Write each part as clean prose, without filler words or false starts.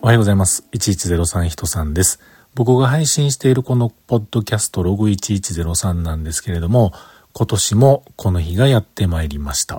はようございます。1103人さんです。僕が配信しているこのポッドキャストログ1103なんですけれども、今年もこの日がやってまいりました。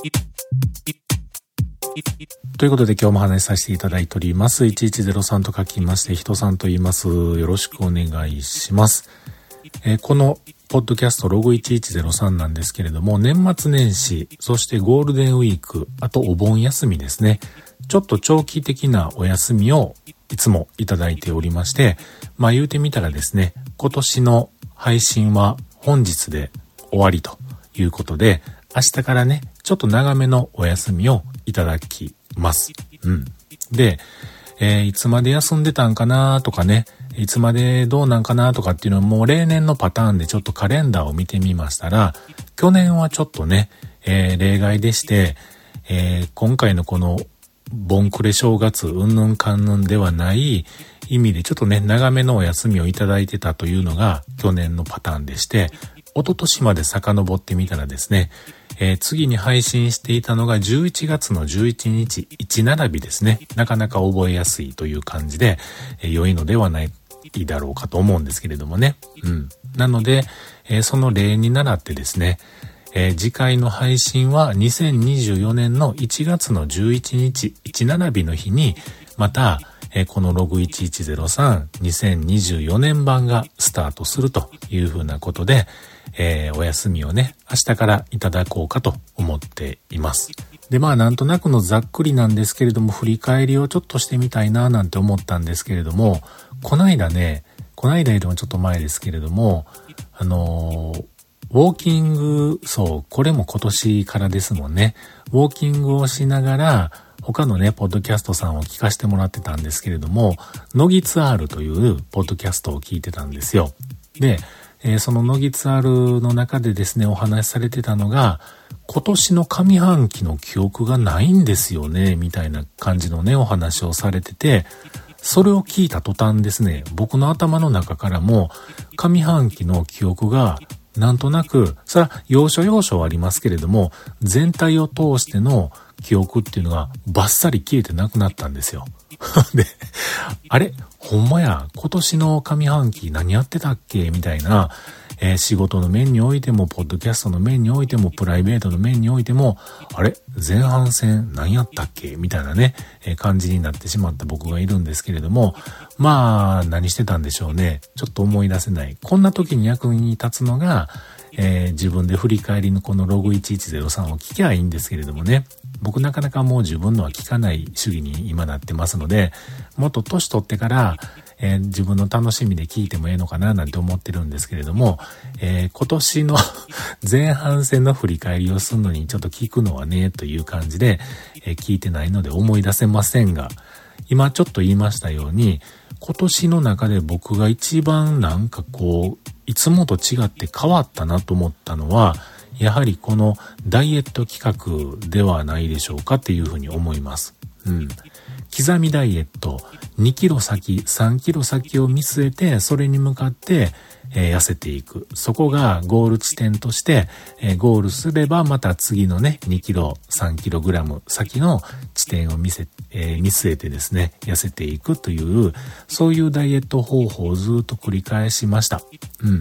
ということで今日も話しさせていただいております。1103と書きまして人さんと言います。よろしくお願いします。このポッドキャストログ1103なんですけれども、年末年始、そしてゴールデンウィーク、あとお盆休みですね。ちょっと長期的なお休みをいつもいただいておりまして、言うてみたらですね、今年の配信は本日で終わりということで、明日からね、ちょっと長めのお休みをいただきます。で、いつまで休んでたんかなとかね、いつまでどうなんかなとかっていうのはもう例年のパターンでちょっとカレンダーを見てみましたら、去年はちょっとね、例外でして、今回のこのボンクレ正月うんぬんかんぬんではない意味でちょっとね長めのお休みをいただいてたというのが去年のパターンでして、一昨年まで遡ってみたらですね、次に配信していたのが11月の11日1並びですね。なかなか覚えやすいという感じで、良いのではないだろうかと思うんですけれどもね。なので、その例に倣ってですね、次回の配信は2024年の1月の11日1並びの日にまた、このログ1103 2024年版がスタートするというふうなことで、お休みをね明日からいただこうかと思っています。でなんとなくのざっくりなんですけれども、振り返りをちょっとしてみたいななんて思ったんですけれども、こないだよりもちょっと前ですけれども、ウォーキング、これも今年からですもんね。ウォーキングをしながら、他のね、ポッドキャストさんを聞かせてもらってたんですけれども、乃木ツアールというポッドキャストを聞いてたんですよ。で、その乃木ツアールの中でですね、お話しされてたのが、今年の上半期の記憶がないんですよね、みたいな感じのね、お話をされてて、それを聞いた途端ですね、僕の頭の中からも、上半期の記憶が、なんとなく、それは要所要所はありますけれども、全体を通しての記憶っていうのがバッサリ消えてなくなったんですよ。で、あれほんまや、今年の上半期何やってたっけみたいな、仕事の面においても、ポッドキャストの面においても、プライベートの面においても、あれ前半戦何やったっけみたいなね、感じになってしまった僕がいるんですけれども、何してたんでしょうね。ちょっと思い出せない。こんな時に役に立つのが、自分で振り返りのこのログ1103を聞きゃいいんですけれどもね。僕なかなかもう自分のは聞かない主義に今なってますので、もっと年取ってから、自分の楽しみで聞いてもええのかななんて思ってるんですけれども、今年の前半戦の振り返りをするのにちょっと聞くのはねという感じで、聞いてないので思い出せませんが、今ちょっと言いましたように、今年の中で僕が一番いつもと違って変わったなと思ったのは、やはりこのダイエット企画ではないでしょうかっていうふうに思います。刻みダイエット、2キロ先、3キロ先を見据えて、それに向かって、痩せていく。そこがゴール地点として、ゴールすればまた次のね、2キロ、3キログラム先の地点を見据えてですね、痩せていくという、そういうダイエット方法をずっと繰り返しました。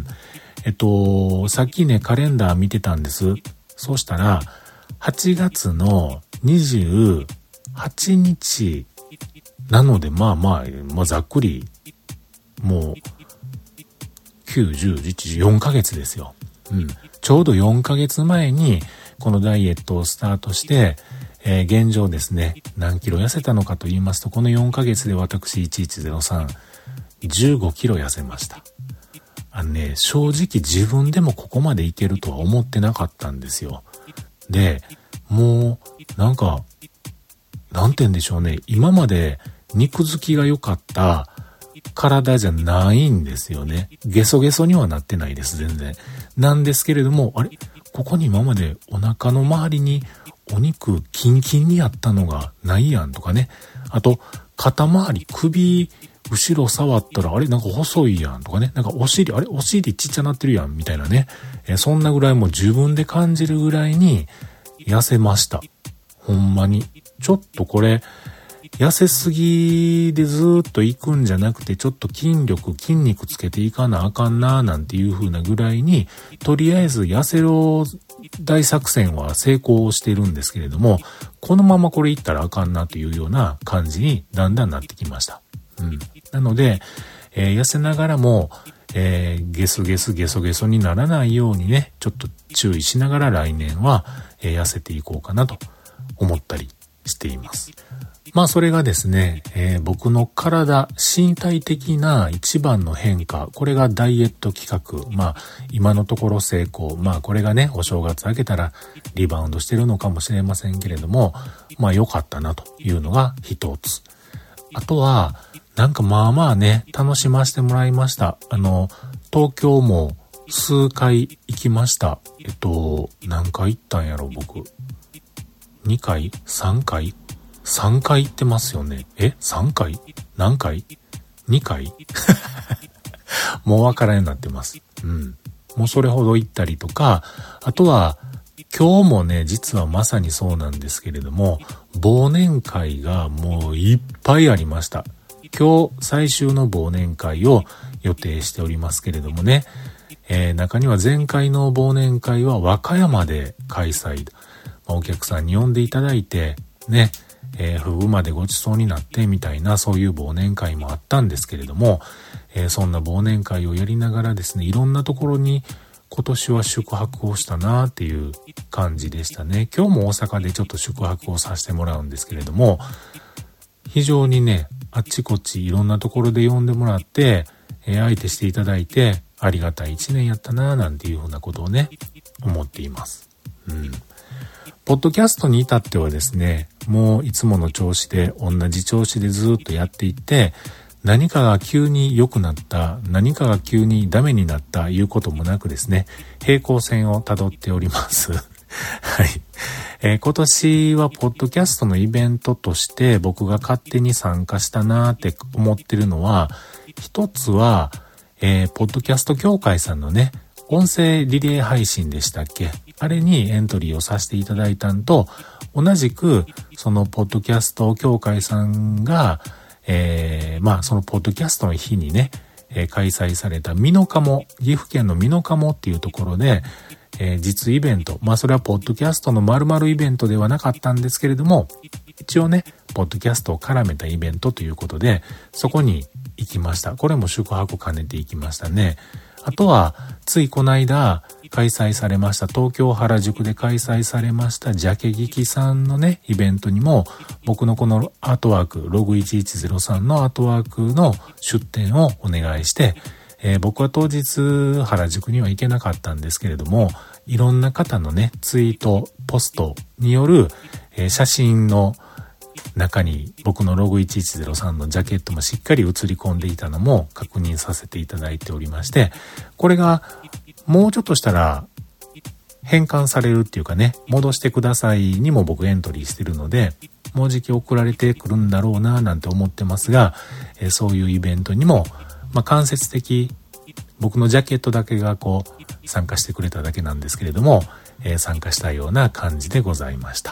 さっきね、カレンダー見てたんです。そうしたら、8月の28日なので、ざっくり、もう、9、10、11、4ヶ月ですよ。ちょうど4ヶ月前に、このダイエットをスタートして、現状ですね、何キロ痩せたのかと言いますと、この4ヶ月で私1103、15キロ痩せました。正直自分でもここまでいけるとは思ってなかったんですよ。で、もう、なんて言うんでしょうね、今まで肉付きが良かった体じゃないんですよね。ゲソゲソにはなってないです、全然。なんですけれども、ここに今までお腹の周りにお肉キンキンにあったのがないやんとかね。あと、肩周り、首、後ろ触ったら、なんか細いやんとかね。なんかお尻ちっちゃなってるやんみたいなね。そんなぐらいもう自分で感じるぐらいに痩せました。ほんまに。ちょっとこれ、 痩せすぎでずーっと行くんじゃなくて、ちょっと筋肉つけていかなあかんななんていう風なぐらいに、とりあえず痩せろ大作戦は成功してるんですけれども、このままこれいったらあかんなというような感じにだんだんなってきました。なので、痩せながらも、ゲソゲソにならないようにね、ちょっと注意しながら来年は、痩せていこうかなと思ったりしています。まあそれがですね、僕の身体的な一番の変化、これがダイエット企画。まあ今のところ成功。まあこれがね、お正月明けたらリバウンドしてるのかもしれませんけれども、まあ良かったなというのが一つ。あとは、なんかまあまあね、楽しませてもらいました。東京も数回行きました。何回行ったんやろ、僕。2回 ?3 回 ?3 回行ってますよね。3回何回 ?2 回もうわからんようになってます。もうそれほど行ったりとか、あとは、今日もね、実はまさにそうなんですけれども、忘年会がもういっぱいありました。今日最終の忘年会を予定しておりますけれどもね、中には前回の忘年会は和歌山で開催。お客さんに呼んでいただいて、ね、フグまでごちそうになってみたいな、そういう忘年会もあったんですけれども、そんな忘年会をやりながらですね、いろんなところに今年は宿泊をしたなっていう感じでしたね。今日も大阪でちょっと宿泊をさせてもらうんですけれども、非常にね、あっちこっちいろんなところで呼んでもらって、相手していただいて、ありがたい一年やったななんていうふうなことをね、思っています。ポッドキャストに至ってはですね、もういつもの調子で、同じ調子でずっとやっていって、何かが急に良くなった、何かが急にダメになったいうこともなくですね、平行線を辿っております。はい。今年はポッドキャストのイベントとして僕が勝手に参加したなーって思ってるのは、一つは、ポッドキャスト協会さんのね、音声リレー配信でしたっけ？あれにエントリーをさせていただいたんと、同じく、そのポッドキャスト協会さんが、そのポッドキャストの日にね、開催された美濃加茂、岐阜県の美濃加茂っていうところで、実イベント、それはポッドキャストの〇〇イベントではなかったんですけれども、一応ね、ポッドキャストを絡めたイベントということで、そこに行きました。これも宿泊兼ねて行きましたね。あとは、ついこの間開催されました、東京原宿で開催されましたジャケ劇さんのね、イベントにも、僕のこのアートワーク、ログ1103のアートワークの出展をお願いして、僕は当日原宿には行けなかったんですけれども、いろんな方のね、ツイート、ポストによる、写真の中に僕のログ1103のジャケットもしっかり映り込んでいたのも確認させていただいておりまして、これがもうちょっとしたら変換されるっていうかね、戻してくださいにも僕エントリーしてるので、もうじき送られてくるんだろうななんて思ってますが、そういうイベントにも、間接的、僕のジャケットだけが参加してくれただけなんですけれども、参加したような感じでございました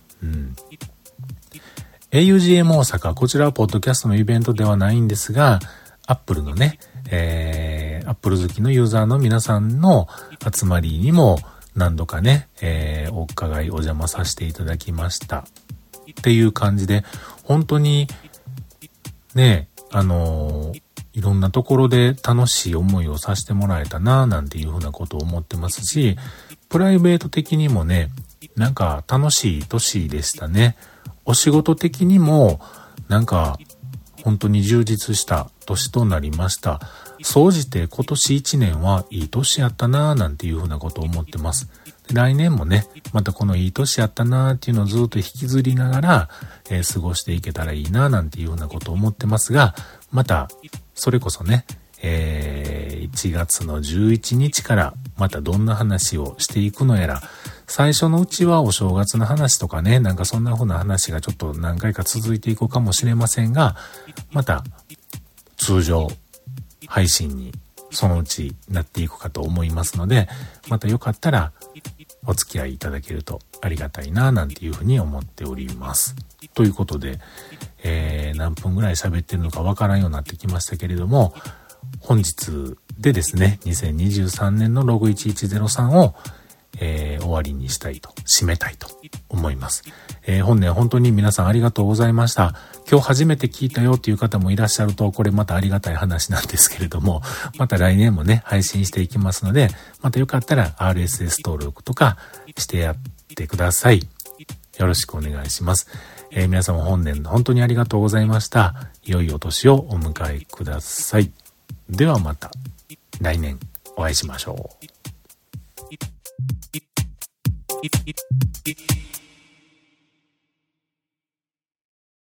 。AUGM 大阪、こちらはポッドキャストのイベントではないんですが、Apple のね、Apple 好きのユーザーの皆さんの集まりにも何度かね、お伺いお邪魔させていただきましたっていう感じで、本当にね、いろんなところで楽しい思いをさせてもらえたななんていうふうなことを思ってますし、プライベート的にもね、なんか楽しい年でしたね。お仕事的にもなんか本当に充実した年となりました。総じて今年1年はいい年やったななんていうふうなことを思ってます。来年もね、またこのいい年やったなっていうのをずっと引きずりながら、過ごしていけたらいいななんていうふうなことを思ってますが、またそれこそね、1月の11日からまたどんな話をしていくのやら、最初のうちはお正月の話とかね、なんかそんな風な話がちょっと何回か続いていくかもしれませんが、また通常配信にそのうちなっていくかと思いますので、またよかったらお付き合いいただけるとありがたいななんていうふうに思っております。ということで、何分ぐらい喋ってるのかわからんようになってきましたけれども、本日でですね、2023年のログ1103を、終わりにしたいと、締めたいと思います。本年本当に皆さんありがとうございました。今日初めて聞いたよっていう方もいらっしゃると、これまたありがたい話なんですけれども、また来年もね、配信していきますので、またよかったら RSS 登録とかしてやってください。よろしくお願いします。皆様本年本当にありがとうございました。良いお年をお迎えください。ではまた来年お会いしましょう。